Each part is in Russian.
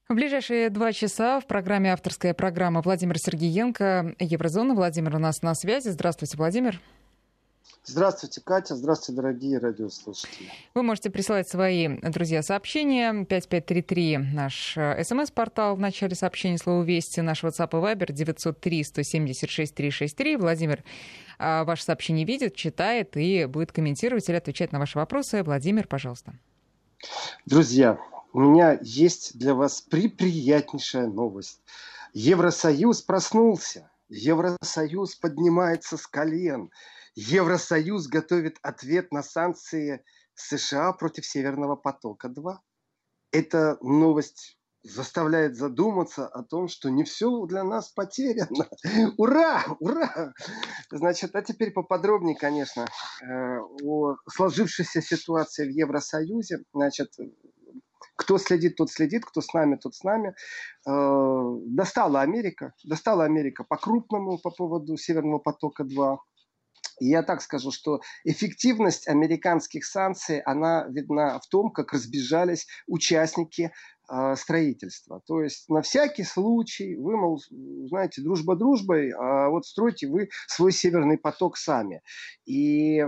В ближайшие 2 часа в программе авторская программа Владимир Сергеенко, Еврозона. Владимир у нас на связи. Здравствуйте, Владимир. Здравствуйте, Катя. Здравствуйте, дорогие радиослушатели. Вы можете присылать свои, друзья, сообщения. 5533 наш СМС-портал. В начале сообщения слово «Вести». Наш WhatsApp и Viber 903-176-363. Владимир ваше сообщение видит, читает и будет комментировать или отвечать на ваши вопросы. Владимир, пожалуйста. Друзья, у меня есть для вас приприятнейшая новость. Евросоюз проснулся. Евросоюз поднимается с колен. Евросоюз готовит ответ на санкции США против Северного потока-2. Эта новость заставляет задуматься о том, что не все для нас потеряно. Ура! Ура! Значит, а теперь поподробнее, конечно, о сложившейся ситуации в Евросоюзе. Значит, кто следит, тот следит, кто с нами, тот с нами. Достала Америка по-крупному по поводу Северного потока-2. И я так скажу, что эффективность американских санкций, она видна в том, как разбежались участники строительства. То есть на всякий случай вы, мол, знаете, дружба дружбой, а вот стройте вы свой Северный поток сами. И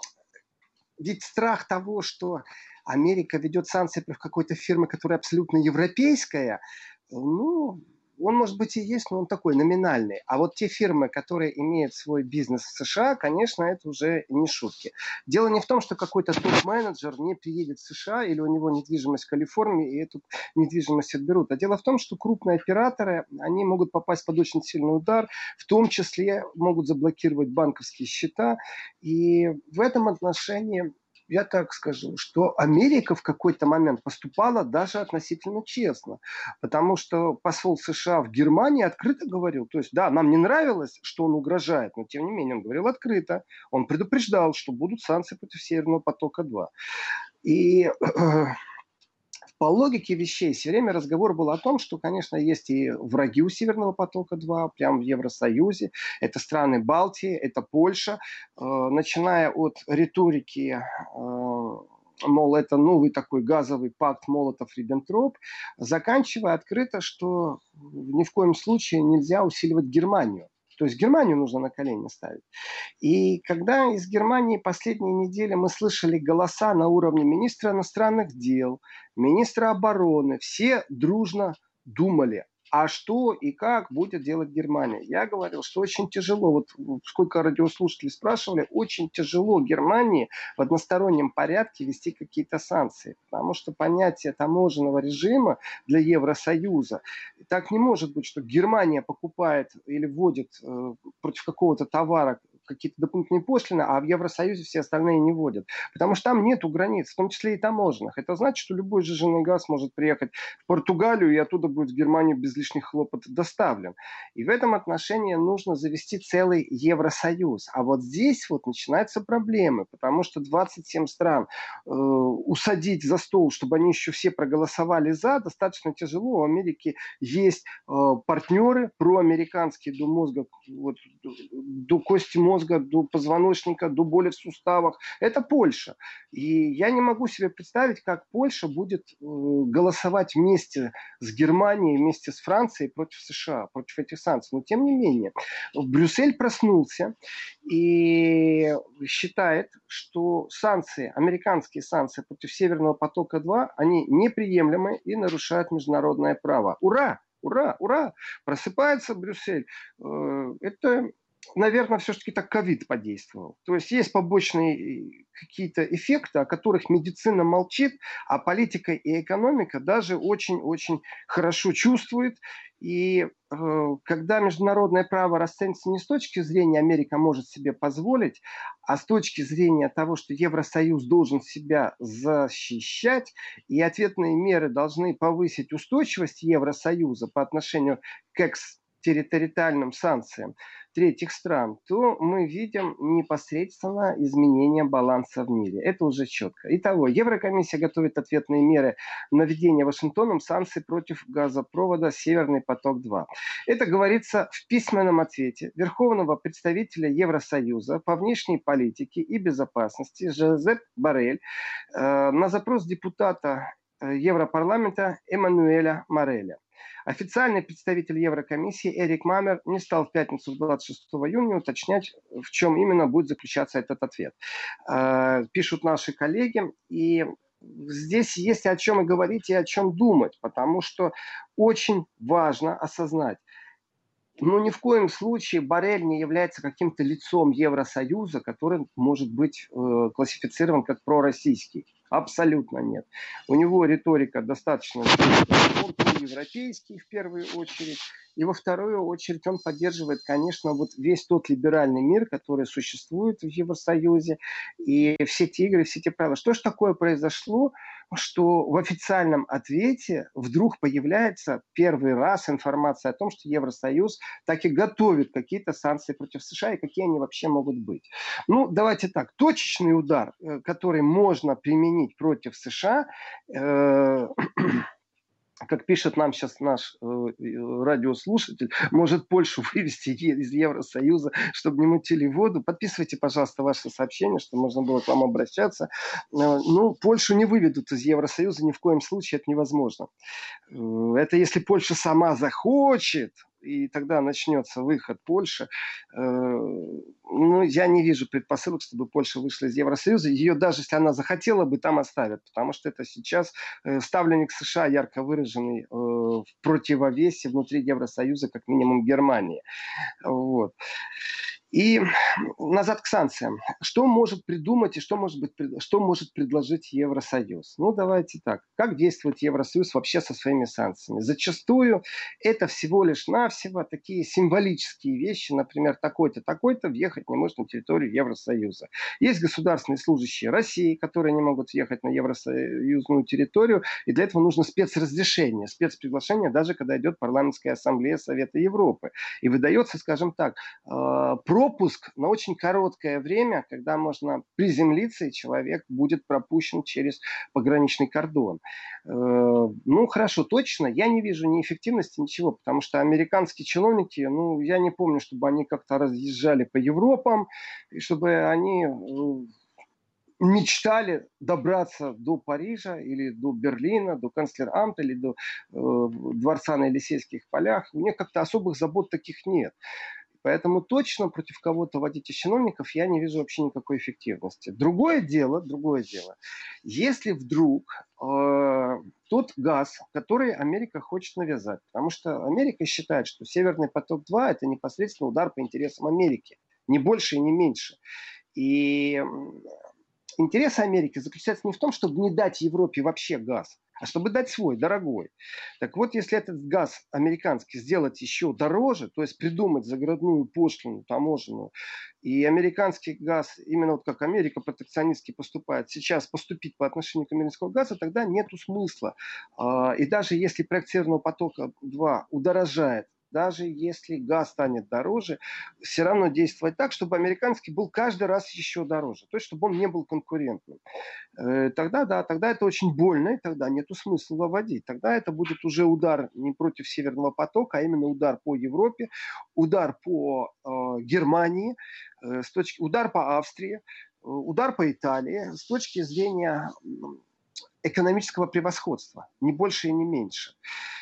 ведь страх того, что Америка ведет санкции против какой-то фирмы, которая абсолютно европейская, ну, он, может быть, и есть, но он такой номинальный. А вот те фирмы, которые имеют свой бизнес в США, конечно, это уже не шутки. Дело не в том, что какой-то топ-менеджер не приедет в США или у него недвижимость в Калифорнии, и эту недвижимость отберут. А дело в том, что крупные операторы, они могут попасть под очень сильный удар, в том числе могут заблокировать банковские счета. И в этом отношении я так скажу, что Америка в какой-то момент поступала даже относительно честно. Потому что посол США в Германии открыто говорил, то есть, да, нам не нравилось, что он угрожает, но тем не менее он говорил открыто. Он предупреждал, что будут санкции против Северного потока-2. И по логике вещей все время разговор был о том, что, конечно, есть и враги у Северного потока-2, прямо в Евросоюзе. Это страны Балтии, это Польша. Начиная от риторики, мол, это новый такой газовый пакт Молотов-Риббентроп, заканчивая открыто, что ни в коем случае нельзя усиливать Германию. То есть Германию нужно на колени ставить. И когда из Германии последние недели мы слышали голоса на уровне министра иностранных дел, министра обороны, все дружно думали, а что и как будет делать Германия. Я говорил, что очень тяжело, вот сколько радиослушателей спрашивали, очень тяжело Германии в одностороннем порядке вести какие-то санкции, потому что понятие таможенного режима для Евросоюза, так не может быть, что Германия покупает или вводит против какого-то товара какие-то дополнительные пошлины, а в Евросоюзе все остальные не вводят. Потому что там нету границ, в том числе и таможенных. Это значит, что любой сжиженный газ может приехать в Португалию, и оттуда будет в Германию без лишних хлопот доставлен. И в этом отношении нужно завести целый Евросоюз. А вот здесь вот начинаются проблемы, потому что 27 стран усадить за стол, чтобы они еще все проголосовали за, достаточно тяжело. У Америки есть партнеры проамериканские до мозга, вот, до кости мозга, до позвоночника, до боли в суставах. Это Польша. И я не могу себе представить, как Польша будет голосовать вместе с Германией, вместе с Францией против США, против этих санкций. Но тем не менее, Брюссель проснулся и считает, что санкции, американские санкции против Северного потока-2, они неприемлемы и нарушают международное право. Ура! Ура! Ура! Просыпается Брюссель. Это, наверное, все-таки так ковид подействовал. То есть есть побочные какие-то эффекты, о которых медицина молчит, а политика и экономика даже очень-очень хорошо чувствуют. И когда международное право расценивается не с точки зрения Америка может себе позволить, а с точки зрения того, что Евросоюз должен себя защищать, и ответные меры должны повысить устойчивость Евросоюза по отношению к экстерриториальным санкциям третьих стран, то мы видим непосредственно изменение баланса в мире. Это уже четко. Итого, Еврокомиссия готовит ответные меры на введение Вашингтоном санкций против газопровода «Северный поток-2». Это говорится в письменном ответе Верховного представителя Евросоюза по внешней политике и безопасности Жозеп Боррель на запрос депутата Европарламента Эммануэля Мореля. Официальный представитель Еврокомиссии Эрик Мамер не стал в пятницу 26 июня уточнять, в чем именно будет заключаться этот ответ. Пишут наши коллеги, и здесь есть о чем и говорить, и о чем думать, потому что очень важно осознать, но ни в коем случае Боррель не является каким-то лицом Евросоюза, который может быть классифицирован как пророссийский. Абсолютно нет. У него риторика достаточно европейский в первую очередь, и во вторую очередь он поддерживает, конечно, вот весь тот либеральный мир, который существует в Евросоюзе, и все те игры, все те правила. Что же такое произошло, что в официальном ответе вдруг появляется первый раз информация о том, что Евросоюз так и готовит какие-то санкции против США, и какие они вообще могут быть. Ну, давайте так. Точечный удар, который можно применить против США, как пишет нам сейчас наш радиослушатель, может Польшу вывести из Евросоюза, чтобы не мутили воду. Подписывайте, пожалуйста, ваши сообщения, чтобы можно было к вам обращаться. Ну, Польшу не выведут из Евросоюза ни в коем случае, это невозможно. Это если Польша сама захочет, и тогда начнется выход Польши. Ну, я не вижу предпосылок, чтобы Польша вышла из Евросоюза. Ее даже если она захотела бы, там оставят, потому что это сейчас ставленник США ярко выраженный в противовесе внутри Евросоюза, как минимум Германии. Вот. И назад к санкциям. Что может придумать и что может предложить Евросоюз? Ну, давайте так. Как действует Евросоюз вообще со своими санкциями? Зачастую это всего лишь навсего такие символические вещи. Например, такой-то, такой-то въехать не может на территорию Евросоюза. Есть государственные служащие России, которые не могут въехать на евросоюзную территорию. И для этого нужно спецразрешение, спецприглашение, даже когда идет парламентская ассамблея Совета Европы. И выдается, скажем так, пропуск на очень короткое время, когда можно приземлиться, и человек будет пропущен через пограничный кордон. Ну, хорошо, точно, я не вижу ни эффективности, ничего, потому что американские чиновники, ну, я не помню, чтобы они как-то разъезжали по Европам, и чтобы они мечтали добраться до Парижа или до Берлина, до канцлерамта или до дворца на Елисейских полях. У них как-то особых забот таких нет. Поэтому точно против кого-то водить из чиновников я не вижу вообще никакой эффективности. Другое дело, если вдруг тот газ, который Америка хочет навязать, потому что Америка считает, что Северный поток-2 это непосредственно удар по интересам Америки, не больше и не меньше. И интерес Америки заключается не в том, чтобы не дать Европе вообще газ, а чтобы дать свой, дорогой. Так вот, если этот газ американский сделать еще дороже, то есть придумать заградную пошлину таможенную, и американский газ, именно вот как Америка протекционистски поступает, сейчас поступить по отношению к американскому газу, тогда нету смысла. И даже если проект Северного потока-2 удорожает, даже если газ станет дороже, все равно действовать так, чтобы американский был каждый раз еще дороже. То есть, чтобы он не был конкурентным. Тогда, да, тогда это очень больно, и тогда нету смысла выводить. Тогда это будет уже удар не против Северного потока, а именно удар по Европе, удар по Германии, удар по Австрии, удар по Италии с точки зрения экономического превосходства. Ни больше и не меньше.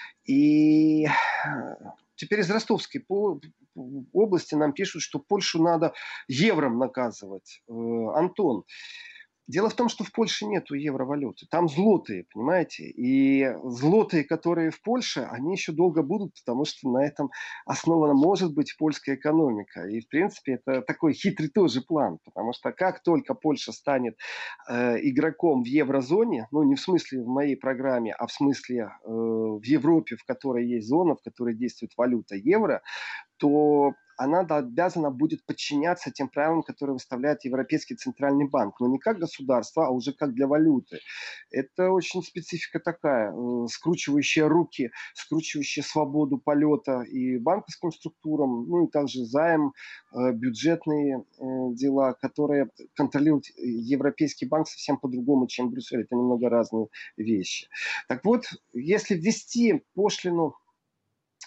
И теперь из Ростовской области нам пишут, что Польшу надо евром наказывать. Антон, дело в том, что в Польше нету евровалюты. Там злотые, понимаете? И злотые, которые в Польше, они еще долго будут, потому что на этом основана может быть польская экономика. И, в принципе, это такой хитрый тоже план. Потому что как только Польша станет игроком в еврозоне, ну, не в смысле в моей программе, а в смысле в Европе, в которой есть зона, в которой действует валюта евро, то она обязана будет подчиняться тем правилам, которые выставляет Европейский центральный банк. Но не как государство, а уже как для валюты. Это очень специфика такая, скручивающая руки, скручивающая свободу полета и банковским структурам, ну и также займ, бюджетные дела, которые контролирует Европейский банк совсем по-другому, чем Брюссель. Это немного разные вещи. Так вот, если ввести пошлину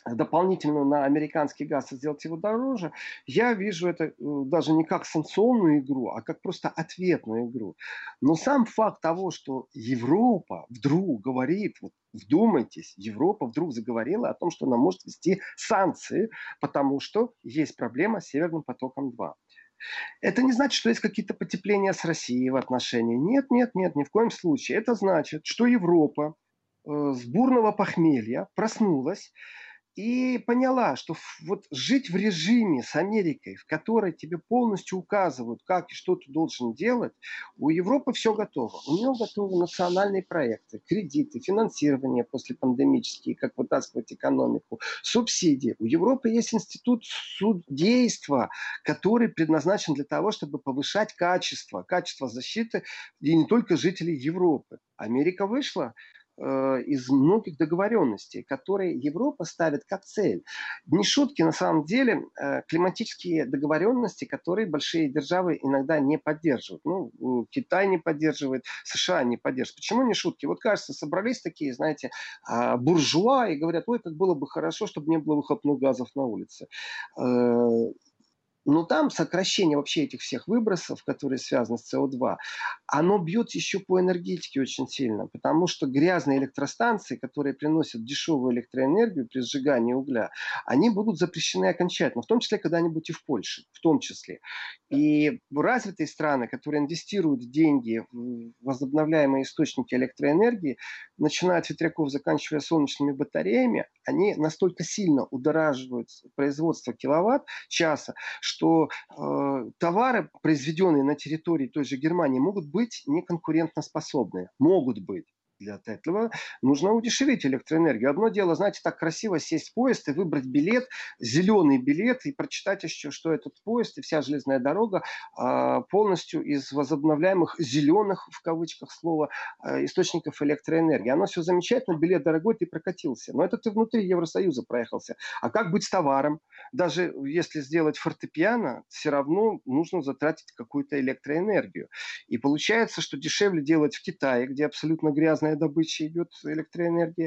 дополнительно на американский газ и сделать его дороже, я вижу это даже не как санкционную игру, а как просто ответную игру. Но сам факт того, что Европа вдруг говорит, вот вдумайтесь, Европа вдруг заговорила о том, что она может ввести санкции, потому что есть проблема с Северным потоком-2. Это не значит, что есть какие-то потепления с Россией в отношении. Нет, нет, нет, ни в коем случае. Это значит, что Европа с бурного похмелья проснулась и поняла, что вот жить в режиме с Америкой, в которой тебе полностью указывают, как и что ты должен делать, у Европы все готово. У нее готовы национальные проекты, кредиты, финансирование после пандемические, как вытаскивать экономику, субсидии. У Европы есть институт судейства, который предназначен для того, чтобы повышать качество защиты и не только жителей Европы. Америка вышла из многих договоренностей, которые Европа ставит как цель. Не шутки, на самом деле, климатические договоренности, которые большие державы иногда не поддерживают. Ну, Китай не поддерживает, США не поддерживает. Почему не шутки? Вот, кажется, собрались такие, знаете, буржуа и говорят, ой, как было бы хорошо, чтобы не было выхлопных газов на улице. Но там сокращение вообще этих всех выбросов, которые связаны с СО2, оно бьет еще по энергетике очень сильно, потому что грязные электростанции, которые приносят дешевую электроэнергию при сжигании угля, они будут запрещены окончательно, в том числе когда-нибудь и в Польше, в том числе. И развитые страны, которые инвестируют деньги в возобновляемые источники электроэнергии, начиная от ветряков, заканчивая солнечными батареями, они настолько сильно удораживают производство киловатт-часа, что товары, произведенные на территории той же Германии, могут быть неконкурентоспособны. Могут быть. Для этого нужно удешевить электроэнергию. Одно дело, знаете, так красиво сесть в поезд и выбрать билет, зеленый билет, и прочитать еще, что этот поезд и вся железная дорога полностью из возобновляемых зеленых, в кавычках слова, источников электроэнергии. Оно все замечательно, билет дорогой, ты прокатился. Но это ты внутри Евросоюза проехался. А как быть с товаром? Даже если сделать фортепиано, все равно нужно затратить какую-то электроэнергию. И получается, что дешевле делать в Китае, где абсолютно грязная добыча идет электроэнергии,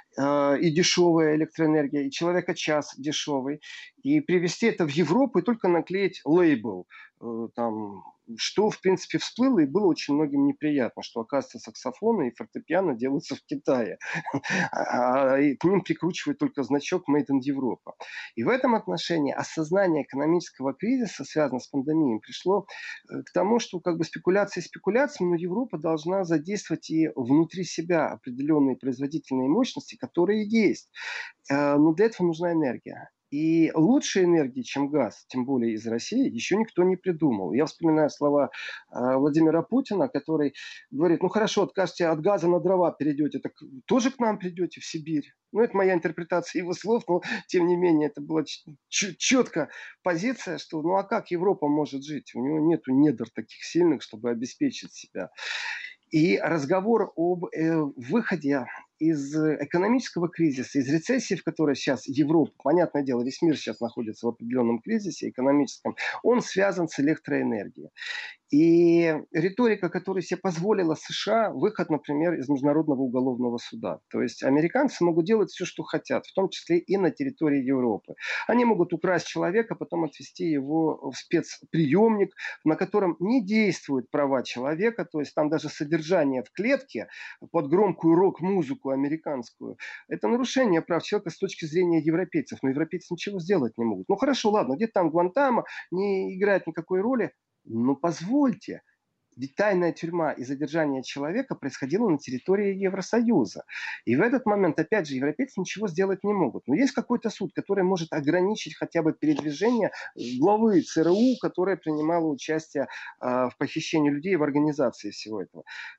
и дешевая электроэнергия, и человека-час дешевый, и привезти это в Европу и только наклеить лейбл, там, что, в принципе, всплыло и было очень многим неприятно, что, оказывается, саксофоны и фортепиано делаются в Китае, и к ним прикручивают только значок Made in Europe. И в этом отношении осознание экономического кризиса, связанного с пандемией, пришло к тому, что как бы спекуляции спекуляциями, но Европа должна задействовать и внутри себя определенные производительные мощности, которые есть. Но для этого нужна энергия. И лучшей энергии, чем газ, тем более из России, еще никто не придумал. Я вспоминаю слова Владимира Путина, который говорит, ну хорошо, откажете от газа на дрова перейдете, так тоже к нам придете в Сибирь. Ну, это моя интерпретация его слов, но тем не менее это была четкая позиция, что ну а как Европа может жить? У него нет недр таких сильных, чтобы обеспечить себя. И разговор об выходе из экономического кризиса, из рецессии, в которой сейчас Европа, понятное дело, весь мир сейчас находится в определенном кризисе экономическом, он связан с электроэнергией. И риторика, которую себе позволила США, выход, например, из Международного уголовного суда. То есть американцы могут делать все, что хотят, в том числе и на территории Европы. Они могут украсть человека, потом отвезти его в спецприемник, на котором не действуют права человека, то есть там даже содержание в клетке под громкую рок-музыку американскую, это нарушение прав человека с точки зрения европейцев. Но европейцы ничего сделать не могут. Ну хорошо, ладно, где-то там Гуантанамо не играет никакой роли. Но позвольте, ведь тайная тюрьма и задержание человека происходило на территории Евросоюза. И в этот момент, опять же, европейцы ничего сделать не могут. Но есть какой-то суд, который может ограничить хотя бы передвижение главы ЦРУ, которая принимала участие в похищении людей в организации всего этого.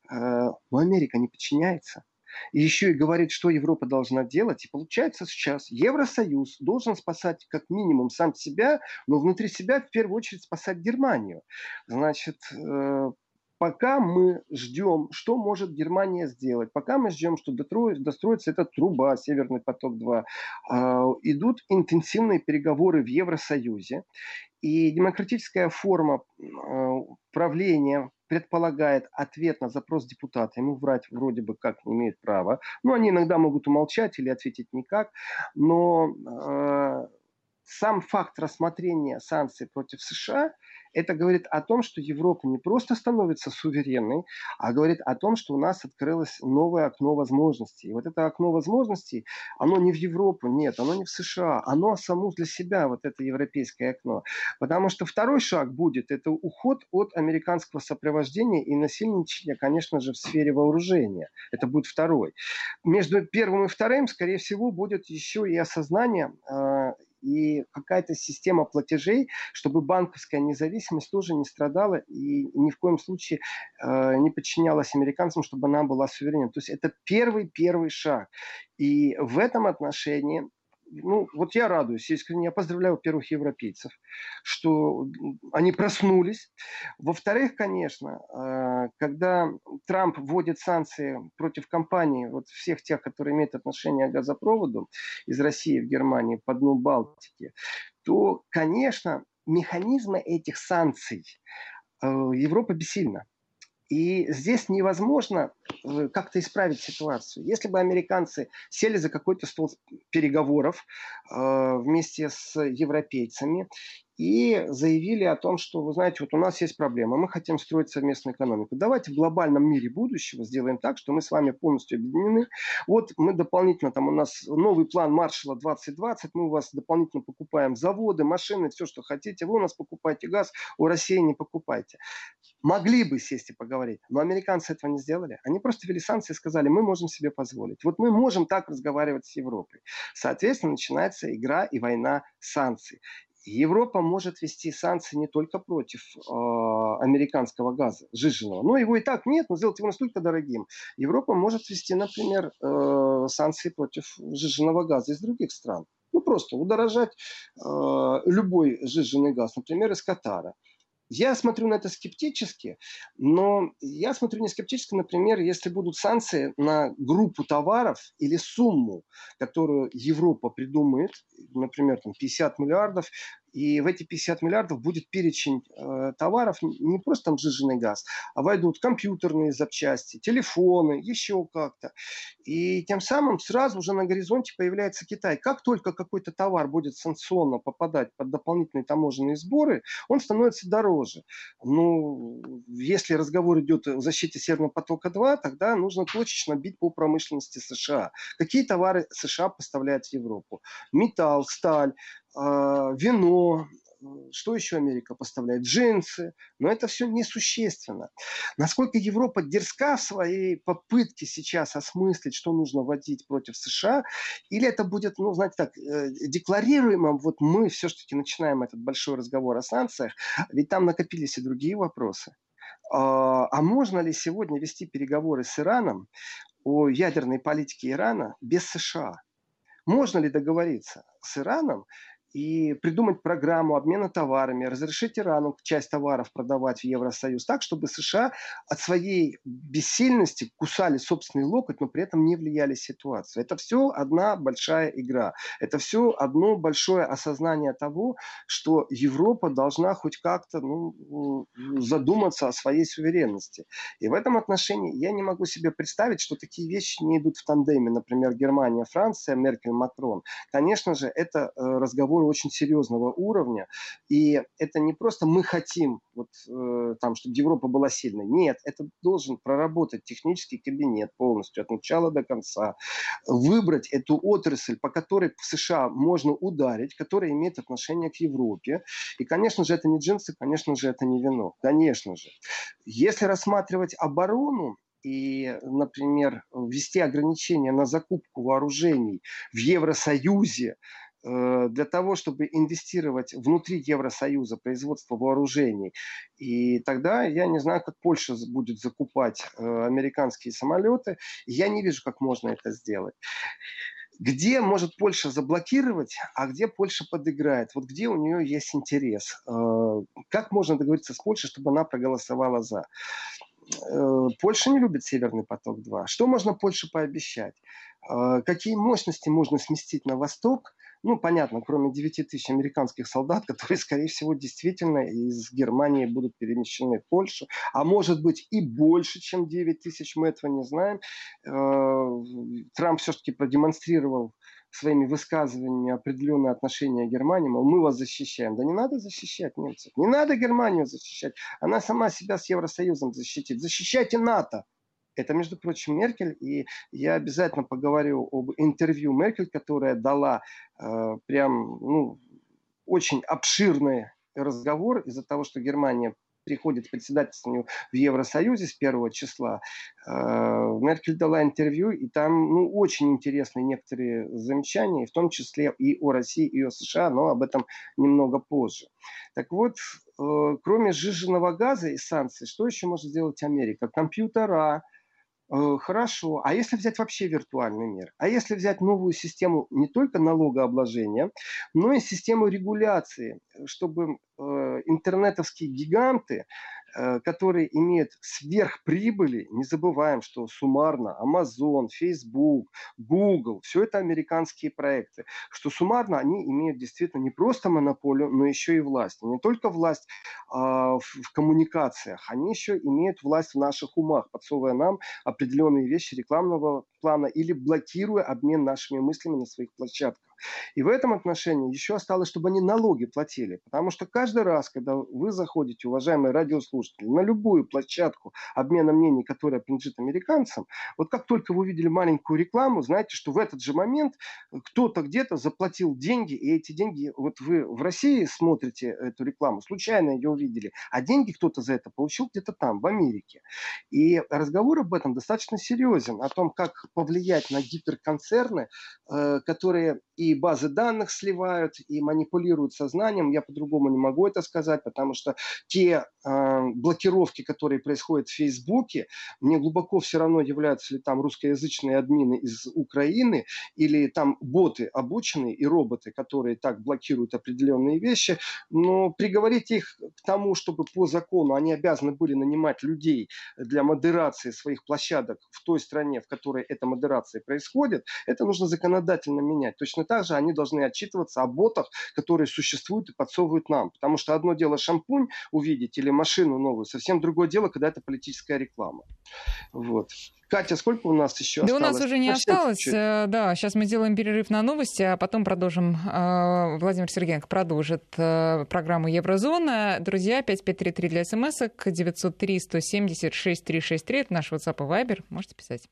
Но Америка не подчиняется. И еще и говорит, что Европа должна делать. И получается сейчас Евросоюз должен спасать как минимум сам себя, но внутри себя в первую очередь спасать Германию. Значит, пока мы ждем, что может Германия сделать, пока мы ждем, что достроится эта труба «Северный поток-2», идут интенсивные переговоры в Евросоюзе, и демократическая форма правления предполагает ответ на запрос депутата. Ему врать вроде бы как не имеют права. Ну, они иногда могут умолчать или ответить никак, но сам факт рассмотрения санкций против США, это говорит о том, что Европа не просто становится суверенной, а говорит о том, что у нас открылось новое окно возможностей. И вот это окно возможностей, оно не в Европу, нет, оно не в США, оно само для себя, вот это европейское окно. Потому что второй шаг будет, это уход от американского сопровождения и насильничания, конечно же, в сфере вооружения. Это будет второй. Между первым и вторым, скорее всего, будет еще и осознание и какая-то система платежей, чтобы банковская независимость тоже не страдала и ни в коем случае не подчинялась американцам, чтобы она была суверенной. То есть это первый шаг. И в этом отношении, ну, вот я радуюсь искренне, я поздравляю, во-первых, европейцев, что они проснулись. Во-вторых, конечно, когда Трамп вводит санкции против компаний, вот всех тех, которые имеют отношение к газопроводу из России в Германию по дну Балтики, то, конечно, механизмы этих санкций Европа бессильна. И здесь невозможно как-то исправить ситуацию. Если бы американцы сели за какой-то стол переговоров вместе с европейцами и заявили о том, что, вы знаете, вот у нас есть проблема, мы хотим строить совместную экономику. Давайте в глобальном мире будущего сделаем так, что мы с вами полностью объединены. Вот мы дополнительно, там у нас новый план Маршалла 2020, мы у вас дополнительно покупаем заводы, машины, все, что хотите. Вы у нас покупаете газ, у России не покупайте. Могли бы сесть и поговорить, но американцы этого не сделали. Они просто ввели санкции и сказали, мы можем себе позволить. Вот мы можем так разговаривать с Европой. Соответственно, начинается игра и война санкций. Европа может ввести санкции не только против американского газа сжиженного, но его и так нет, но сделать его настолько дорогим. Европа может ввести, например, санкции против сжиженного газа из других стран. Ну, просто удорожать любой сжиженный газ, например, из Катара. Я смотрю на это скептически, но я смотрю не скептически, например, если будут санкции на группу товаров или сумму, которую Европа придумает, например, там 50 миллиардов, и в эти 50 миллиардов будет перечень товаров, не просто там сжиженный газ, а войдут компьютерные запчасти, телефоны, еще как-то. И тем самым сразу уже на горизонте появляется Китай. Как только какой-то товар будет санкционно попадать под дополнительные таможенные сборы, он становится дороже. Ну, если разговор идет о защите Северного потока-2, тогда нужно точечно бить по промышленности США. Какие товары США поставляют в Европу? Металл, сталь, вино, что еще Америка поставляет? Джинсы. Но это все несущественно. Насколько Европа дерзка в своей попытке сейчас осмыслить, что нужно вводить против США, или это будет, ну, знаете так, декларируемо, вот мы все-таки начинаем этот большой разговор о санкциях, ведь там накопились и другие вопросы. А можно ли сегодня вести переговоры с Ираном о ядерной политике Ирана без США? Можно ли договориться с Ираном и придумать программу обмена товарами, разрешить Ирану часть товаров продавать в Евросоюз так, чтобы США от своей бессильности кусали собственный локоть, но при этом не влияли ситуацию. Это все одна большая игра. Это все одно большое осознание того, что Европа должна хоть как-то задуматься о своей суверенности. И в этом отношении я не могу себе представить, что такие вещи не идут в тандеме. Например, Германия, Франция, Меркель, Макрон. Конечно же, это разговор очень серьезного уровня. И это не просто мы хотим, вот, там, чтобы Европа была сильной. Нет, это должен проработать технический кабинет полностью от начала до конца. Выбрать эту отрасль, по которой в США можно ударить, которая имеет отношение к Европе. И, конечно же, это не джинсы, конечно же, это не вино. Конечно же. Если рассматривать оборону, и, например, ввести ограничения на закупку вооружений в Евросоюзе, для того, чтобы инвестировать внутри Евросоюза производство вооружений. И тогда я не знаю, как Польша будет закупать американские самолеты. Я не вижу, как можно это сделать. Где может Польша заблокировать, а где Польша подыграет? Вот где у нее есть интерес? Как можно договориться с Польшей, чтобы она проголосовала за? Польша не любит «Северный поток-2». Что можно Польше пообещать? Какие мощности можно сместить на восток? Ну, понятно, кроме 9 тысяч американских солдат, которые, скорее всего, действительно из Германии будут перемещены в Польшу. А может быть и больше, чем 9 тысяч, мы этого не знаем. Трамп все-таки продемонстрировал своими высказываниями определенное отношение к Германии, мол, мы вас защищаем. Да не надо защищать немцев, не надо Германию защищать. Она сама себя с Евросоюзом защитит. Защищайте НАТО. Это, между прочим, Меркель, и я обязательно поговорю об интервью Меркель, которая дала очень обширный разговор из-за того, что Германия приходит к председательствованию в Евросоюзе с 1 числа. Меркель дала интервью, и там очень интересные некоторые замечания, в том числе и о России, и о США, но об этом немного позже. Так вот, кроме сжиженного газа и санкций, что еще может сделать Америка? Компьютера. Хорошо. А если взять вообще виртуальный мир? А если взять новую систему не только налогообложения, но и систему регуляции, чтобы интернетовские гиганты, которые имеют сверхприбыли, не забываем, что суммарно Amazon, Facebook, Google, все это американские проекты, что суммарно они имеют действительно не просто монополию, но еще и власть. И не только власть в коммуникациях, они еще имеют власть в наших умах, подсовывая нам определенные вещи рекламного плана или блокируя обмен нашими мыслями на своих площадках. И в этом отношении еще осталось, чтобы они налоги платили. Потому что каждый раз, когда вы заходите, уважаемые радиослушатели, на любую площадку обмена мнений, которая принадлежит американцам, вот как только вы увидели маленькую рекламу, знаете, что в этот же момент кто-то где-то заплатил деньги, и эти деньги, вот вы в России смотрите эту рекламу, случайно ее увидели, а деньги кто-то за это получил где-то там, в Америке. И разговор об этом достаточно серьезен, о том, как повлиять на гиперконцерны, которые и базы данных сливают, и манипулируют сознанием. Я по-другому не могу это сказать, потому что те блокировки, которые происходят в Фейсбуке, мне глубоко все равно, являются ли там русскоязычные админы из Украины, или там боты обученные и роботы, которые так блокируют определенные вещи. Но приговорить их к тому, чтобы по закону они обязаны были нанимать людей для модерации своих площадок в той стране, в которой эта модерация происходит, это нужно законодательно менять. Точно так же они должны отчитываться о ботах, которые существуют и подсовывают нам. Потому что одно дело шампунь увидеть или машину новую, совсем другое дело, когда это политическая реклама. Вот. Катя, сколько у нас еще осталось? Да у нас уже не осталось. Чуть-чуть. Да, сейчас мы сделаем перерыв на новости, а потом продолжим. Владимир Сергеенко продолжит программу «Еврозона». Друзья, 5533 для смс-ок, 903-170-6363. Это наш WhatsApp и Viber. Можете писать.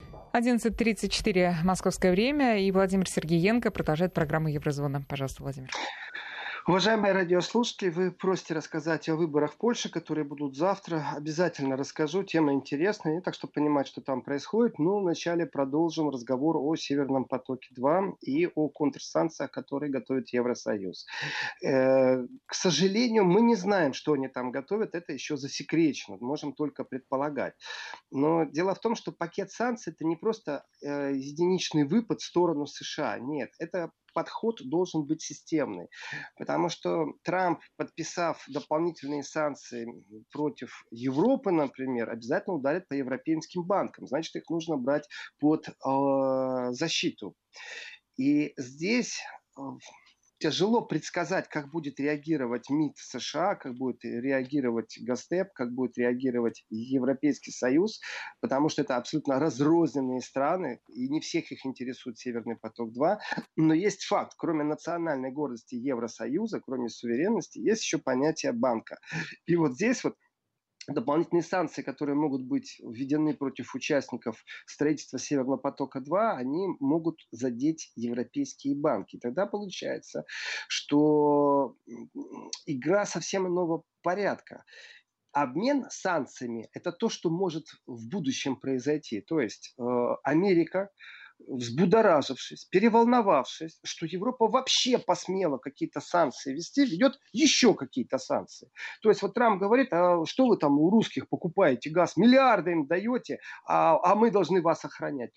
11:34 московское время, и Владимир Сергеенко продолжает программу «Еврозона». Пожалуйста, Владимир. Уважаемые радиослушатели, вы просите рассказать о выборах в Польше, которые будут завтра. Обязательно расскажу, тема интересная, так что понимать, что там происходит. Но вначале продолжим разговор о Северном потоке-2 и о контрсанкциях, которые готовит Евросоюз. К сожалению, мы не знаем, что они там готовят, это еще засекречено, можем только предполагать. Но дело в том, что пакет санкций – это не просто единичный выпад в сторону США, нет, это подход должен быть системный. Потому что Трамп, подписав дополнительные санкции против Европы, например, обязательно ударит по европейским банкам. Значит, их нужно брать под защиту. И здесь тяжело предсказать, как будет реагировать МИД США, как будет реагировать Госдеп, как будет реагировать Европейский Союз, потому что это абсолютно разрозненные страны, и не всех их интересует Северный поток-2. Но есть факт, кроме национальной гордости Евросоюза, кроме суверенности, есть еще понятие банка. И вот здесь вот дополнительные санкции, которые могут быть введены против участников строительства Северного потока-2, они могут задеть европейские банки. Тогда получается, что игра совсем иного порядка. Обмен санкциями – это то, что может в будущем произойти. То есть Америка, взбудоражившись, переволновавшись, что Европа вообще посмела какие-то санкции ввести, ведет еще какие-то санкции. То есть вот Трамп говорит, а что вы там у русских покупаете газ, миллиарды им даете, а мы должны вас охранять. То есть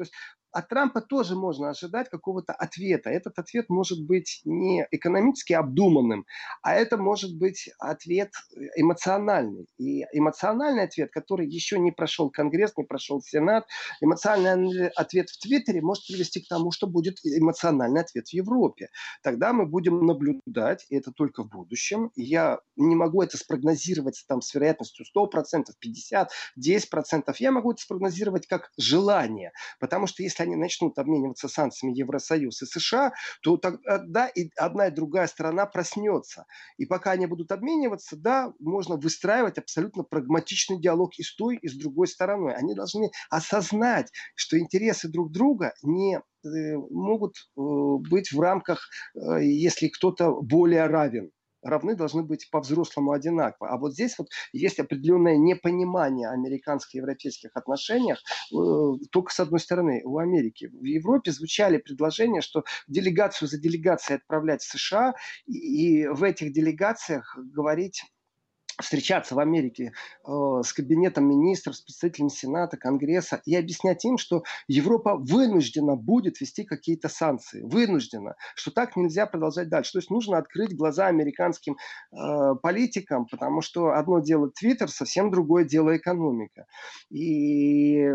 от Трампа тоже можно ожидать какого-то ответа. Этот ответ может быть не экономически обдуманным, а это может быть ответ эмоциональный. И эмоциональный ответ, который еще не прошел Конгресс, не прошел Сенат, эмоциональный ответ в Твиттере может привести к тому, что будет эмоциональный ответ в Европе. Тогда мы будем наблюдать, и это только в будущем. И я не могу это спрогнозировать там, с вероятностью 100%, 50%, 10%. Я могу это спрогнозировать как желание. Потому что если они начнут обмениваться санкциями Евросоюз и США, то тогда и одна и другая сторона проснется. И пока они будут обмениваться, да, можно выстраивать абсолютно прагматичный диалог и с той, и с другой стороной. Они должны осознать, что интересы друг друга не могут быть в рамках, если кто-то более равен. Равны должны быть по-взрослому одинаково. А вот здесь вот есть определенное непонимание американско-европейских отношениях только с одной стороны, у Америки. В Европе звучали предложения, что делегацию за делегацией отправлять в США и в этих делегациях говорить встречаться в Америке с кабинетом министров, с представителями Сената, Конгресса и объяснять им, что Европа вынуждена будет вести какие-то санкции. Вынуждена. Что так нельзя продолжать дальше. То есть нужно открыть глаза американским политикам, потому что одно дело Твиттер, совсем другое дело экономика. И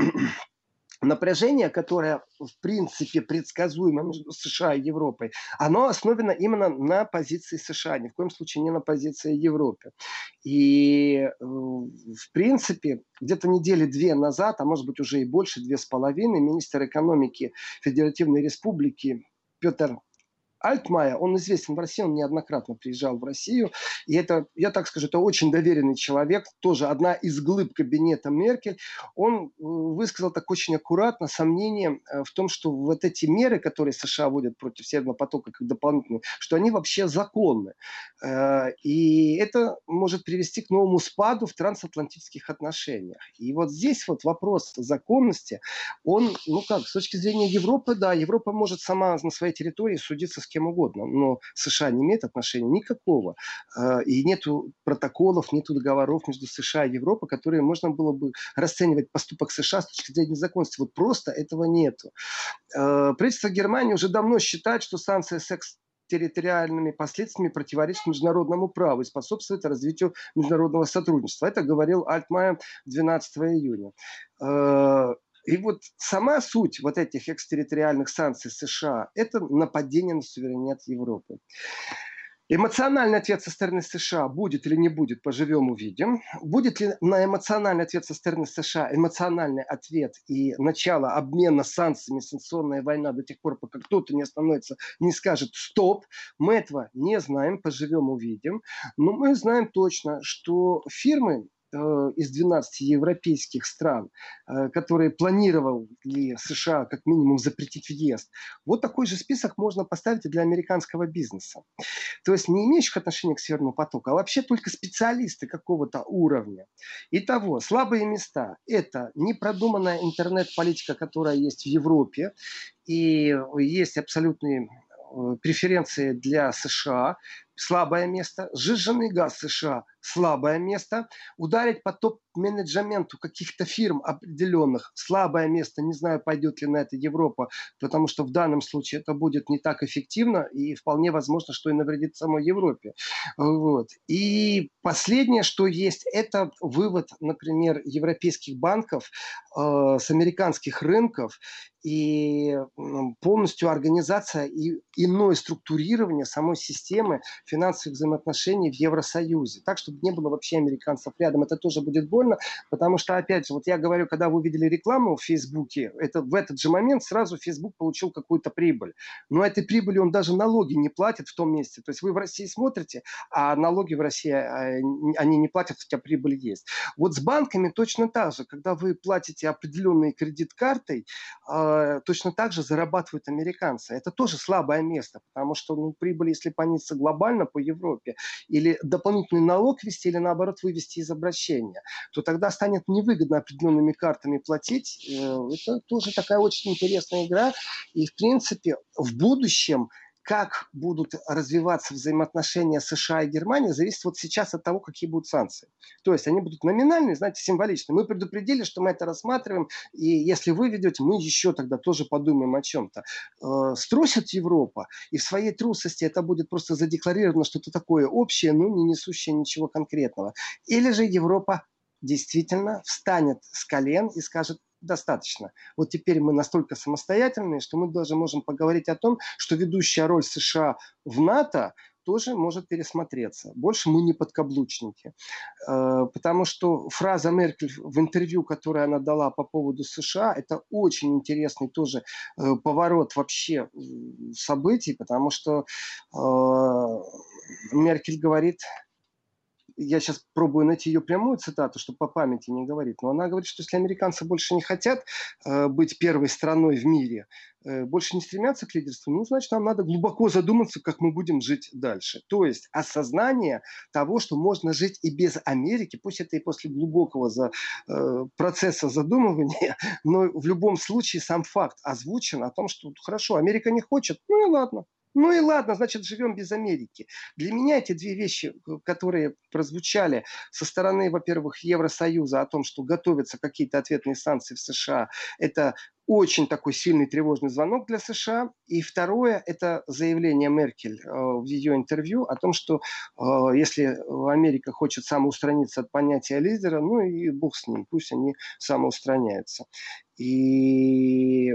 напряжение, которое в принципе предсказуемо между США и Европой, оно основано именно на позиции США, ни в коем случае не на позиции Европы. И в принципе где-то недели две назад, а может быть уже и больше, 2,5, министр экономики Федеративной Республики Петр Альтмайер, он известен в России, он неоднократно приезжал в Россию, и это, я так скажу, это очень доверенный человек, тоже одна из глыб кабинета Меркель. Он высказал так очень аккуратно сомнение в том, что вот эти меры, которые США вводят против Северного потока как дополнительные, что они вообще законны. И это может привести к новому спаду в трансатлантических отношениях. И вот здесь вот вопрос законности, он, ну как, с точки зрения Европы, да, Европа может сама на своей территории судиться с кем угодно, но США не имеет отношения никакого. И нету протоколов, нету договоров между США и Европой, которые можно было бы расценивать поступок США с точки зрения законности. Вот просто этого нету. Правительство Германии уже давно считает, что санкции с территориальными последствиями противоречит международному праву и способствует развитию международного сотрудничества. Это говорил Альтмайер 12 июня. И вот сама суть вот этих экстерриториальных санкций США – это нападение на суверенитет Европы. Эмоциональный ответ со стороны США будет или не будет, поживем увидим. Будет ли на эмоциональный ответ со стороны США эмоциональный ответ и начало обмена санкциями, санкционная война до тех пор, пока кто-то не остановится, не скажет «стоп», мы этого не знаем, поживем увидим. Но мы знаем точно, что фирмы из 12 европейских стран, которые планировали США как минимум запретить въезд, вот такой же список можно поставить и для американского бизнеса. То есть не имеющих отношения к Северному потоку, а вообще только специалисты какого-то уровня. Итого, слабые места – это непродуманная интернет-политика, которая есть в Европе, и есть абсолютные преференции для США, слабое место, сжиженный газ США, слабое место, ударить по топ-менеджменту каких-то фирм определенных, слабое место, не знаю, пойдет ли на это Европа, потому что в данном случае это будет не так эффективно и вполне возможно, что и навредит самой Европе. Вот. И последнее, что есть, это вывод, например, европейских банков с американских рынков и полностью организация и иное структурирование самой системы финансовых взаимоотношений в Евросоюзе. Так, чтобы не было вообще американцев рядом. Это тоже будет больно, потому что, опять же, вот я говорю, когда вы увидели рекламу в Фейсбуке, это в этот же момент сразу Фейсбук получил какую-то прибыль. Но этой прибыли он даже налоги не платит в том месте. То есть вы в России смотрите, а налоги в России они не платят, хотя прибыль есть. Вот с банками точно так же. Когда вы платите определенной кредит-картой, точно так же зарабатывают американцы. Это тоже слабое место, потому что прибыль, если понизится глобально по Европе, или дополнительный налог ввести, или наоборот вывести из обращения, то тогда станет невыгодно определенными картами платить. Это тоже такая очень интересная игра. И в принципе в будущем как будут развиваться взаимоотношения США и Германии, зависит вот сейчас от того, какие будут санкции. То есть они будут номинальные, знаете, символичные. Мы предупредили, что мы это рассматриваем, и если вы ведете, мы еще тогда тоже подумаем о чем-то. Струсит Европа, и в своей трусости это будет просто задекларировано что-то такое общее, но не несущее ничего конкретного. Или же Европа действительно встанет с колен и скажет: достаточно. Вот теперь мы настолько самостоятельные, что мы даже можем поговорить о том, что ведущая роль США в НАТО тоже может пересмотреться. Больше мы не подкаблучники. Потому что фраза Меркель в интервью, которое она дала по поводу США, это очень интересный тоже поворот вообще событий, потому что Меркель говорит, я сейчас пробую найти ее прямую цитату, чтобы по памяти не говорить, но она говорит, что если американцы больше не хотят быть первой страной в мире, больше не стремятся к лидерству, ну, значит, нам надо глубоко задуматься, как мы будем жить дальше. То есть осознание того, что можно жить и без Америки, пусть это и после глубокого процесса задумывания, но в любом случае сам факт озвучен о том, что хорошо, Америка не хочет, ну и ладно. Ну и ладно, значит, живем без Америки. Для меня эти две вещи, которые прозвучали со стороны, во-первых, Евросоюза о том, что готовятся какие-то ответные санкции в США, это очень такой сильный тревожный звонок для США. И второе, это заявление Меркель в ее интервью о том, что если Америка хочет самоустраниться от понятия лидера, ну и бог с ним, пусть они самоустраняются. И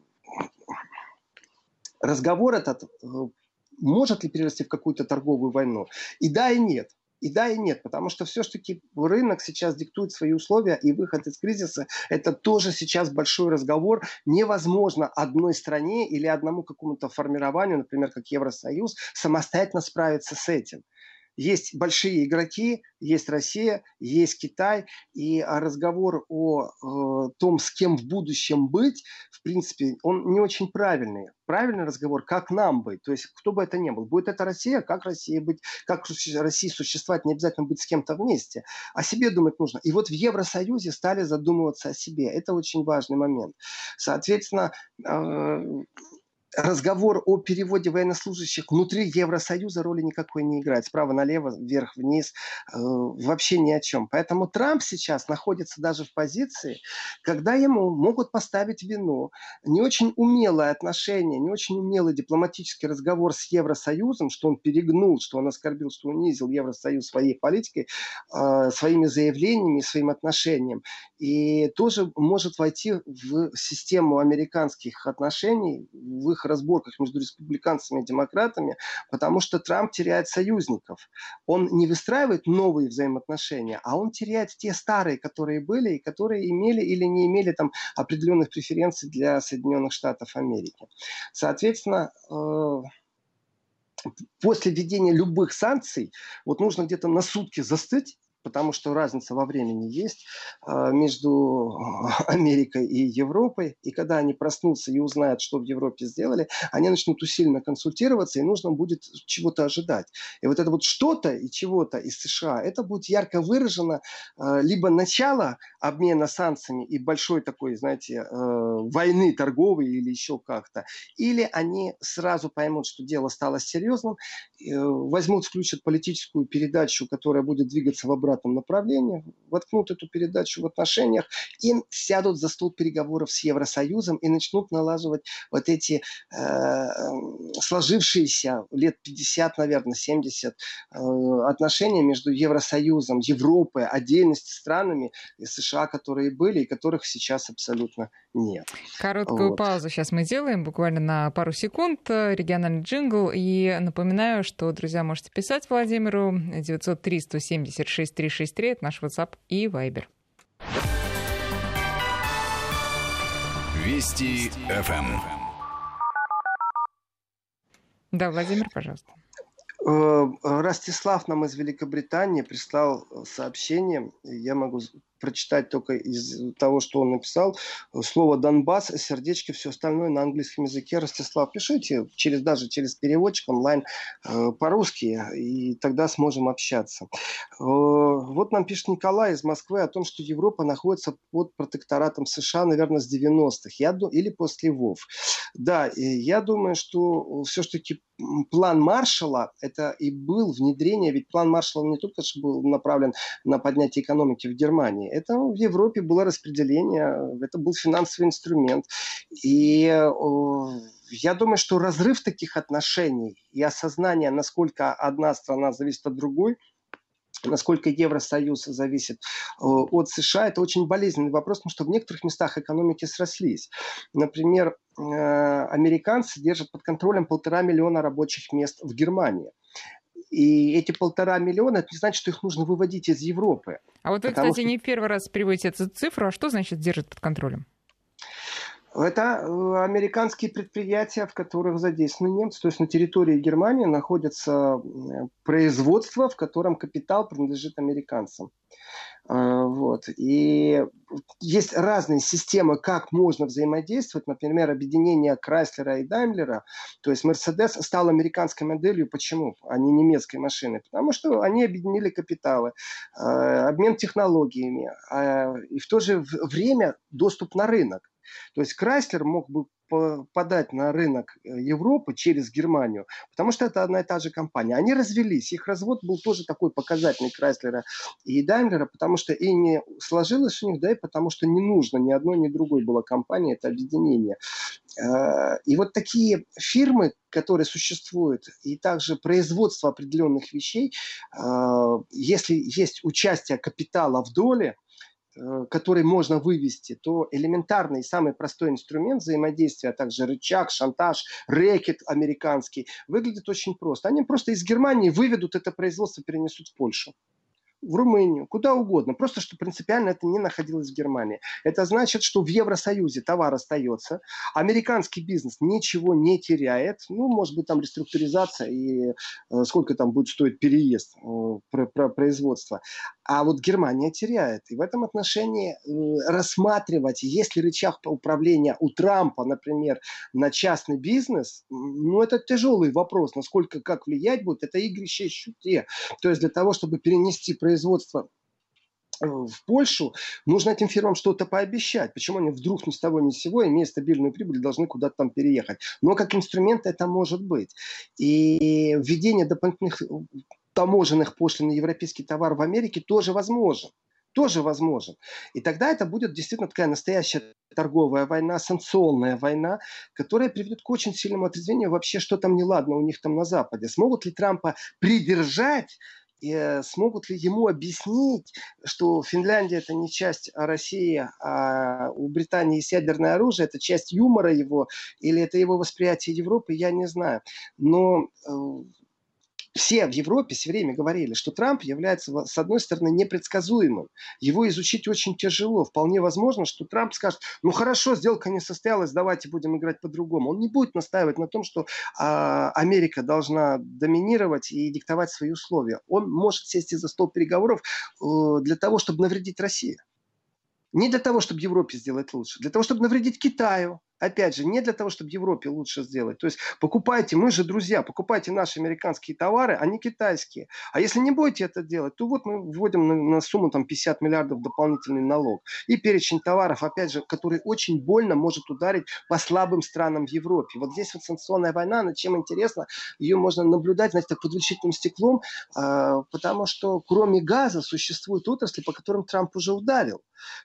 разговор этот может ли перерасти в какую-то торговую войну? И да, и нет. И да, и нет, потому что все-таки рынок сейчас диктует свои условия, и выход из кризиса – это тоже сейчас большой разговор. Невозможно одной стране или одному какому-то формированию, например, как Евросоюз, самостоятельно справиться с этим. Есть большие игроки, есть Россия, есть Китай, и разговор о том, с кем в будущем быть, в принципе, он не очень правильный. Правильный разговор, как нам быть, то есть кто бы это ни был. Будет это Россия, как Россия быть, как России существовать, не обязательно быть с кем-то вместе. О себе думать нужно. И вот в Евросоюзе стали задумываться о себе. Это очень важный момент. Соответственно, разговор о переводе военнослужащих внутри Евросоюза роли никакой не играет. Справа налево, вверх, вниз. Вообще ни о чем. Поэтому Трамп сейчас находится даже в позиции, когда ему могут поставить вину. Не очень умелое отношение, не очень умелый дипломатический разговор с Евросоюзом, что он перегнул, что он оскорбил, что унизил Евросоюз своей политикой, своими заявлениями, своим отношением. И тоже может войти в систему американских отношений, в их разборках между республиканцами и демократами, потому что Трамп теряет союзников. Он не выстраивает новые взаимоотношения, а он теряет те старые, которые были и которые имели или не имели там определенных преференций для Соединенных Штатов Америки. Соответственно, после введения любых санкций вот нужно где-то на сутки застыть, потому что разница во времени есть между Америкой и Европой. И когда они проснутся и узнают, что в Европе сделали, они начнут усиленно консультироваться, и нужно будет чего-то ожидать. И вот это вот что-то и чего-то из США, это будет ярко выражено либо начало обмена санкциями и большой такой, знаете, войны торговой или еще как-то, или они сразу поймут, что дело стало серьезным, возьмут, включат политическую передачу, которая будет двигаться в обратном направлении, воткнут эту передачу в отношениях и сядут за стол переговоров с Евросоюзом и начнут налаживать вот эти сложившиеся лет 50, наверное, 70 отношения между Евросоюзом, Европой, отдельности странами и США, которые были и которых сейчас абсолютно нет. Короткую паузу сейчас мы делаем, буквально на пару секунд, региональный джингл. И напоминаю, что, друзья, можете писать Владимиру 903-176-363, это наш WhatsApp и Viber. Вести ФМ. Да, Владимир, пожалуйста. Ростислав нам из Великобритании прислал сообщение. Я могу прочитать только из того, что он написал. Слово «Донбасс», сердечки, все остальное на английском языке. Ростислав, пишите даже через переводчик онлайн по-русски, и тогда сможем общаться. Вот нам пишет Николай из Москвы о том, что Европа находится под протекторатом США, наверное, с 90-х или после ВОВ. Да, и я думаю, что все-таки план Маршалла это и был внедрение, ведь план Маршалла не только что был направлен на поднятие экономики в Германии, это в Европе было распределение, это был финансовый инструмент. И я думаю, что разрыв таких отношений и осознание, насколько одна страна зависит от другой, насколько Евросоюз зависит от США, это очень болезненный вопрос, потому что в некоторых местах экономики срослись. Например, американцы держат под контролем 1,5 миллиона рабочих мест в Германии. И эти 1,5 миллиона, это не значит, что их нужно выводить из Европы. А вот вы, кстати, не в первый раз приводите эту цифру. А что значит держит под контролем? Это американские предприятия, в которых задействованы немцы. То есть на территории Германии находится производство, в котором капитал принадлежит американцам. Вот. И есть разные системы, как можно взаимодействовать. Например, объединение Крайслера и Даймлера. То есть Мерседес стал американской моделью. Почему? А не немецкой машиной. Потому что они объединили капиталы, обмен технологиями и в то же время доступ на рынок. То есть Крайслер мог бы подать на рынок Европы через Германию, потому что это одна и та же компания. Они развелись. Их развод был тоже такой показательный Крайслера и Даймлера, потому что и не сложилось у них, да, и потому что не нужно ни одной, ни другой была компания, это объединение. И вот такие фирмы, которые существуют, и также производство определенных вещей, если есть участие капитала в доле, который можно вывести, то элементарный и самый простой инструмент взаимодействия, а также рычаг, шантаж, рэкет американский, выглядит очень просто. Они просто из Германии выведут это производство, перенесут в Польшу, в Румынию, куда угодно. Просто, что принципиально это не находилось в Германии. Это значит, что в Евросоюзе товар остается, американский бизнес ничего не теряет, ну, может быть, там реструктуризация и сколько там будет стоить переезд производства. А вот Германия теряет. И в этом отношении рассматривать, есть ли рычаг управления у Трампа, например, на частный бизнес, ну, это тяжелый вопрос. Насколько, как влиять будет, это игрище щуте. То есть для того, чтобы перенести производство в Польшу, нужно этим фирмам что-то пообещать. Почему они вдруг ни с того ни с сего, имея стабильную прибыль, должны куда-то там переехать? Но как инструмент это может быть. И введение дополнительных таможенных пошлин на европейский товар в Америке тоже возможен. Тоже возможен. И тогда это будет действительно такая настоящая торговая война, санкционная война, которая приведет к очень сильному отрезвению вообще, что там неладно у них там на Западе. Смогут ли Трампа придержать, и смогут ли ему объяснить, что Финляндия это не часть России, а у Британии есть ядерное оружие, это часть юмора его, или это его восприятие Европы, я не знаю. Но все в Европе все время говорили, что Трамп является, с одной стороны, непредсказуемым. Его изучить очень тяжело. Вполне возможно, что Трамп скажет, ну хорошо, сделка не состоялась, давайте будем играть по-другому. Он не будет настаивать на том, что Америка должна доминировать и диктовать свои условия. Он может сесть за стол переговоров для того, чтобы навредить России. Не для того, чтобы Европе сделать лучше, для того, чтобы навредить Китаю. Опять же, не для того, чтобы Европе лучше сделать. То есть покупайте, мы же друзья, покупайте наши американские товары, а не китайские. А если не будете это делать, то вот мы вводим на сумму там, 50 миллиардов дополнительный налог. И перечень товаров, опять же, который очень больно может ударить по слабым странам в Европе. Вот здесь вот санкционная война, она чем интересна, ее можно наблюдать, знаете, так под увеличительным стеклом, потому что кроме газа существуют отрасли, по которым Трамп уже ударил.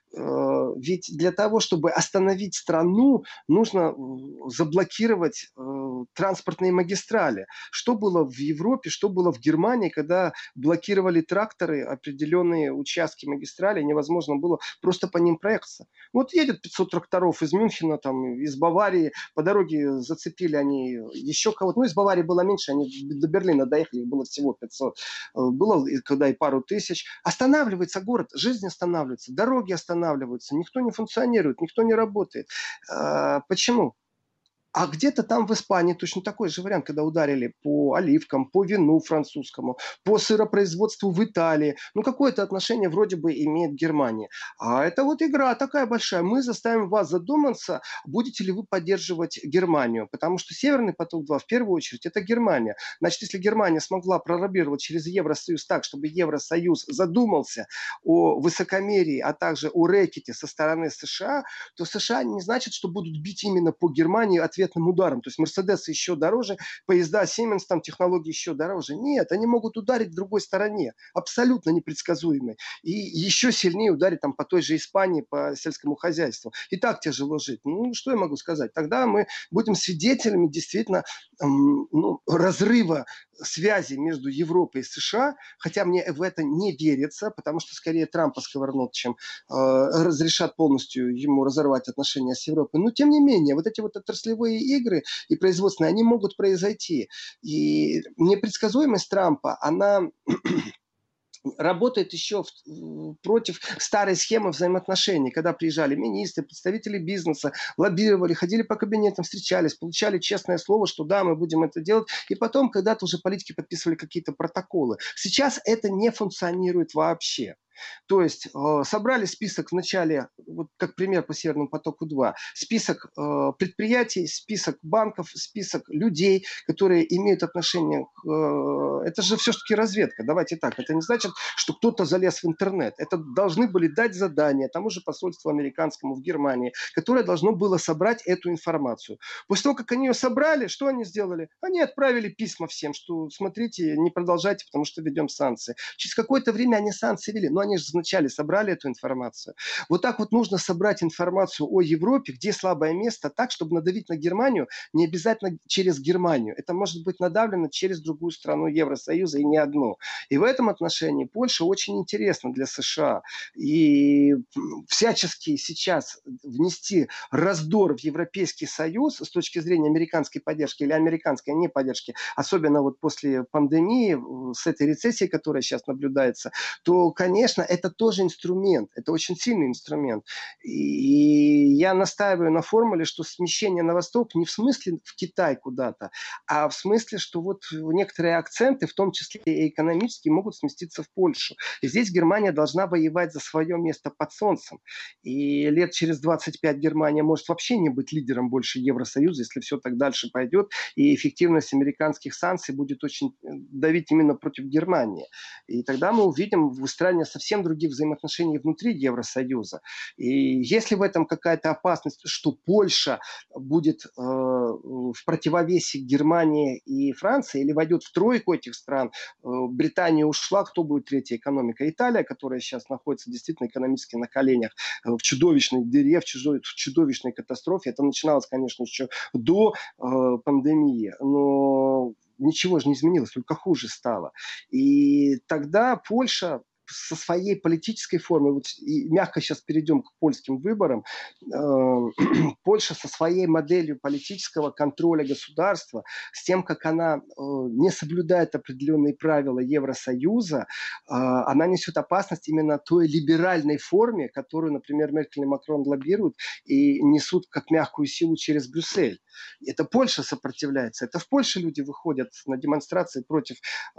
Ведь для того, чтобы остановить страну, нужно заблокировать транспортные магистрали. Что было в Европе, что было в Германии, когда блокировали тракторы определенные участки магистрали, невозможно было просто по ним проехаться. Вот едет 500 тракторов из Мюнхена, там, из Баварии, по дороге зацепили они еще кого-то. Ну, из Баварии было меньше, они до Берлина доехали, их было всего 500. Было когда и пару тысяч. Останавливается город, жизнь останавливается, дороги останавливаются, никто не функционирует, никто не работает. Почему? А где-то там в Испании точно такой же вариант, когда ударили по оливкам, по вину французскому, по сыропроизводству в Италии. Ну, какое-то отношение вроде бы имеет Германия. А это вот игра такая большая. Мы заставим вас задуматься, будете ли вы поддерживать Германию. Потому что Северный поток-2 в первую очередь это Германия. Значит, если Германия смогла пролоббировать через Евросоюз так, чтобы Евросоюз задумался о высокомерии, а также о рэкете со стороны США, то США не значит, что будут бить именно по Германии ответным ударом. То есть Мерседесы еще дороже, поезда Siemens, там технологии еще дороже. Нет, они могут ударить в другой стороне, абсолютно непредсказуемой. И еще сильнее ударить там по той же Испании, по сельскому хозяйству. И так тяжело жить. Ну, что я могу сказать? Тогда мы будем свидетелями действительно разрыва связи между Европой и США, хотя мне в это не верится, потому что скорее Трампа сковырнут, чем разрешат полностью ему разорвать отношения с Европой. Но тем не менее, вот эти вот отраслевые игры и производственные, они могут произойти. И непредсказуемость Трампа, она работает еще против старой схемы взаимоотношений, когда приезжали министры, представители бизнеса, лоббировали, ходили по кабинетам, встречались, получали честное слово, что да, мы будем это делать, и потом когда-то уже политики подписывали какие-то протоколы. Сейчас это не функционирует вообще. То есть собрали список в начале, вот как пример по Северному потоку-2, список предприятий, список банков, список людей, которые имеют отношение к... это же все-таки разведка, давайте так. Это не значит, что кто-то залез в интернет. Это должны были дать задание тому же посольству американскому в Германии, которое должно было собрать эту информацию. После того, как они ее собрали, что они сделали? Они отправили письма всем, что смотрите, не продолжайте, потому что ведем санкции. Через какое-то время они санкции вели, но они же вначале собрали эту информацию. Вот так вот нужно собрать информацию о Европе, где слабое место, так, чтобы надавить на Германию, не обязательно через Германию. Это может быть надавлено через другую страну Евросоюза и не одну. И в этом отношении Польша очень интересна для США. И всячески сейчас внести раздор в Европейский Союз с точки зрения американской поддержки или американской неподдержки, особенно вот после пандемии, с этой рецессией, которая сейчас наблюдается, то, конечно, это тоже инструмент, это очень сильный инструмент. И я настаиваю на формуле, что смещение на восток не в смысле в Китай куда-то, а в смысле, что вот некоторые акценты, в том числе и экономические, могут сместиться в Польшу. И здесь Германия должна воевать за свое место под солнцем. И лет через 25 Германия может вообще не быть лидером больше Евросоюза, если все так дальше пойдет, и эффективность американских санкций будет очень давить именно против Германии. И тогда мы увидим выстраивание совсем других взаимоотношений внутри Евросоюза. И если в этом какая-то опасность, что Польша будет в противовесе Германии и Франции, или войдет в тройку этих стран, Британия ушла, кто будет третья экономика? Италия, которая сейчас находится действительно экономически на коленях, в чудовищной дыре, в чудовищной катастрофе. Это начиналось, конечно, еще до пандемии, но ничего же не изменилось, только хуже стало. И тогда Польша со своей политической формой, вот, и мягко сейчас перейдем к польским выборам, Польша со своей моделью политического контроля государства, с тем, как она не соблюдает определенные правила Евросоюза, она несет опасность именно той либеральной форме, которую, например, Меркель и Макрон лоббируют и несут как мягкую силу через Брюссель. Это Польша сопротивляется. Это в Польше люди выходят на демонстрации против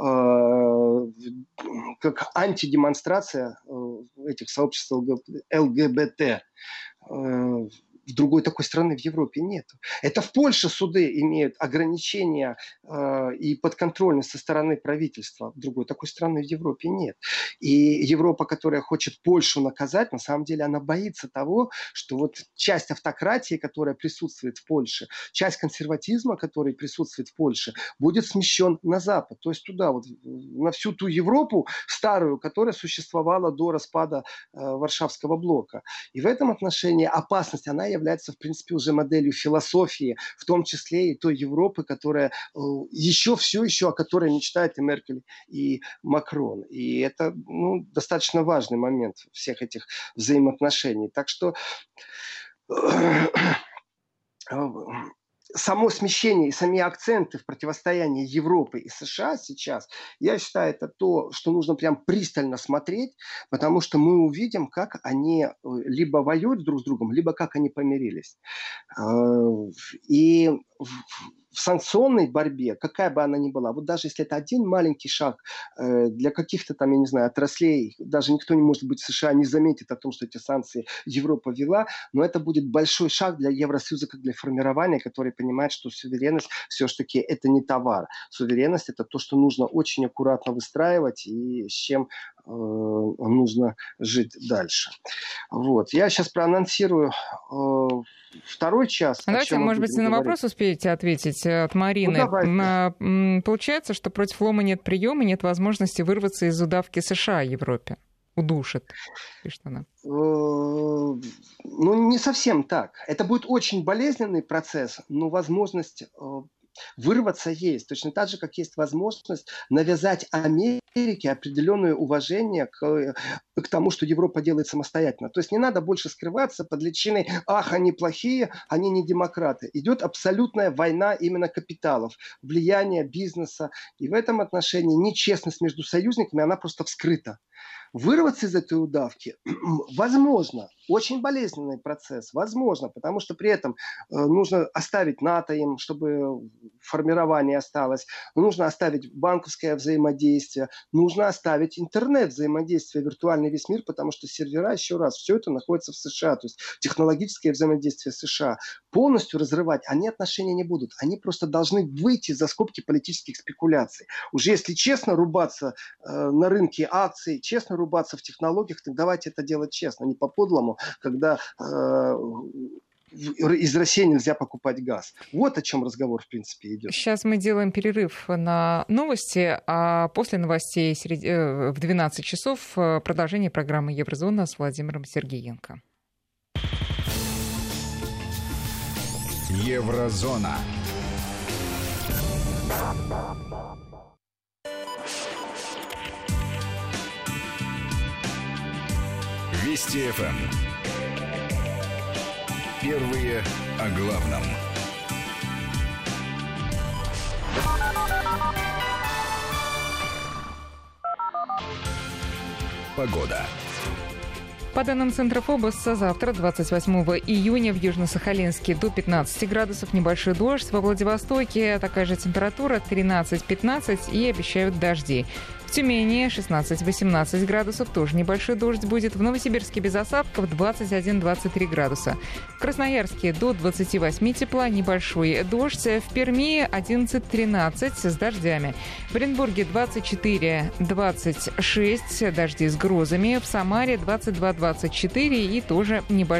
как антидемонстрация этих сообществ ЛГБТ. В другой такой страны в Европе нет. Это в Польше суды имеют ограничения и подконтрольность со стороны правительства. В другой такой страны в Европе нет. И Европа, которая хочет Польшу наказать, на самом деле она боится того, что вот часть автократии, которая присутствует в Польше, часть консерватизма, который присутствует в Польше, будет смещен на Запад. То есть туда, вот, на всю ту Европу старую, которая существовала до распада Варшавского блока. И в этом отношении опасность, она является, в принципе, уже моделью философии, в том числе и той Европы, которая еще все еще, о которой мечтает и Меркель, и Макрон. И это достаточно важный момент всех этих взаимоотношений. Так что само смещение и сами акценты в противостоянии Европы и США сейчас, я считаю, это то, что нужно прям пристально смотреть, потому что мы увидим, как они либо воюют друг с другом, либо как они помирились. И в санкционной борьбе, какая бы она ни была, вот даже если это один маленький шаг для каких-то там, я не знаю, отраслей, даже никто не может быть в США не заметит о том, что эти санкции Европа ввела, но это будет большой шаг для Евросоюза как для формирования, который понимает, что суверенность все-таки это не товар. Суверенность это то, что нужно очень аккуратно выстраивать и с чем нужно жить дальше. Вот. Я сейчас проанонсирую второй час. Давайте, может быть, на вопрос успеете ответить от Марины. Ну, получается, что против лома нет приема, нет возможности вырваться из удавки США Европе. Удушит, пишет она. Ну, не совсем так. Это будет очень болезненный процесс, но возможность вырваться есть. Точно так же, как есть возможность навязать Америке определенное уважение к тому, что Европа делает самостоятельно. То есть не надо больше скрываться под личиной «ах, они плохие, они не демократы». Идет абсолютная война именно капиталов, влияния бизнеса. И в этом отношении нечестность между союзниками, она просто вскрыта. Вырваться из этой удавки возможно. Очень болезненный процесс. Возможно, потому что при этом нужно оставить НАТО им, чтобы формирование осталось. Нужно оставить банковское взаимодействие. Нужно оставить интернет взаимодействие, виртуальный весь мир, потому что сервера, еще раз, все это находится в США. То есть технологическое взаимодействие США. Полностью разрывать они отношения не будут. Они просто должны выйти за скобки политических спекуляций. Уже если честно рубаться на рынке акций, честно рубаться в технологиях, так давайте это делать честно, не по-подлому, когда из России нельзя покупать газ. Вот о чем разговор, в принципе, идет. Сейчас мы делаем перерыв на новости, а после новостей в 12 часов продолжение программы «Еврозона» с Владимиром Сергеенко. Еврозона. Вести ФМ. Первые о главном. Погода. По данным Центра Фобоса, завтра, 28 июня, в Южно-Сахалинске до 15 градусов, небольшой дождь. Во Владивостоке такая же температура, 13-15, и обещают дожди. В Тюмени 16-18 градусов, тоже небольшой дождь будет. В Новосибирске без осадков 21-23 градуса. В Красноярске до 28 тепла, небольшой дождь. В Перми 11-13 с дождями. В Оренбурге 24-26, дожди с грозами. В Самаре 22-24 и тоже небольшой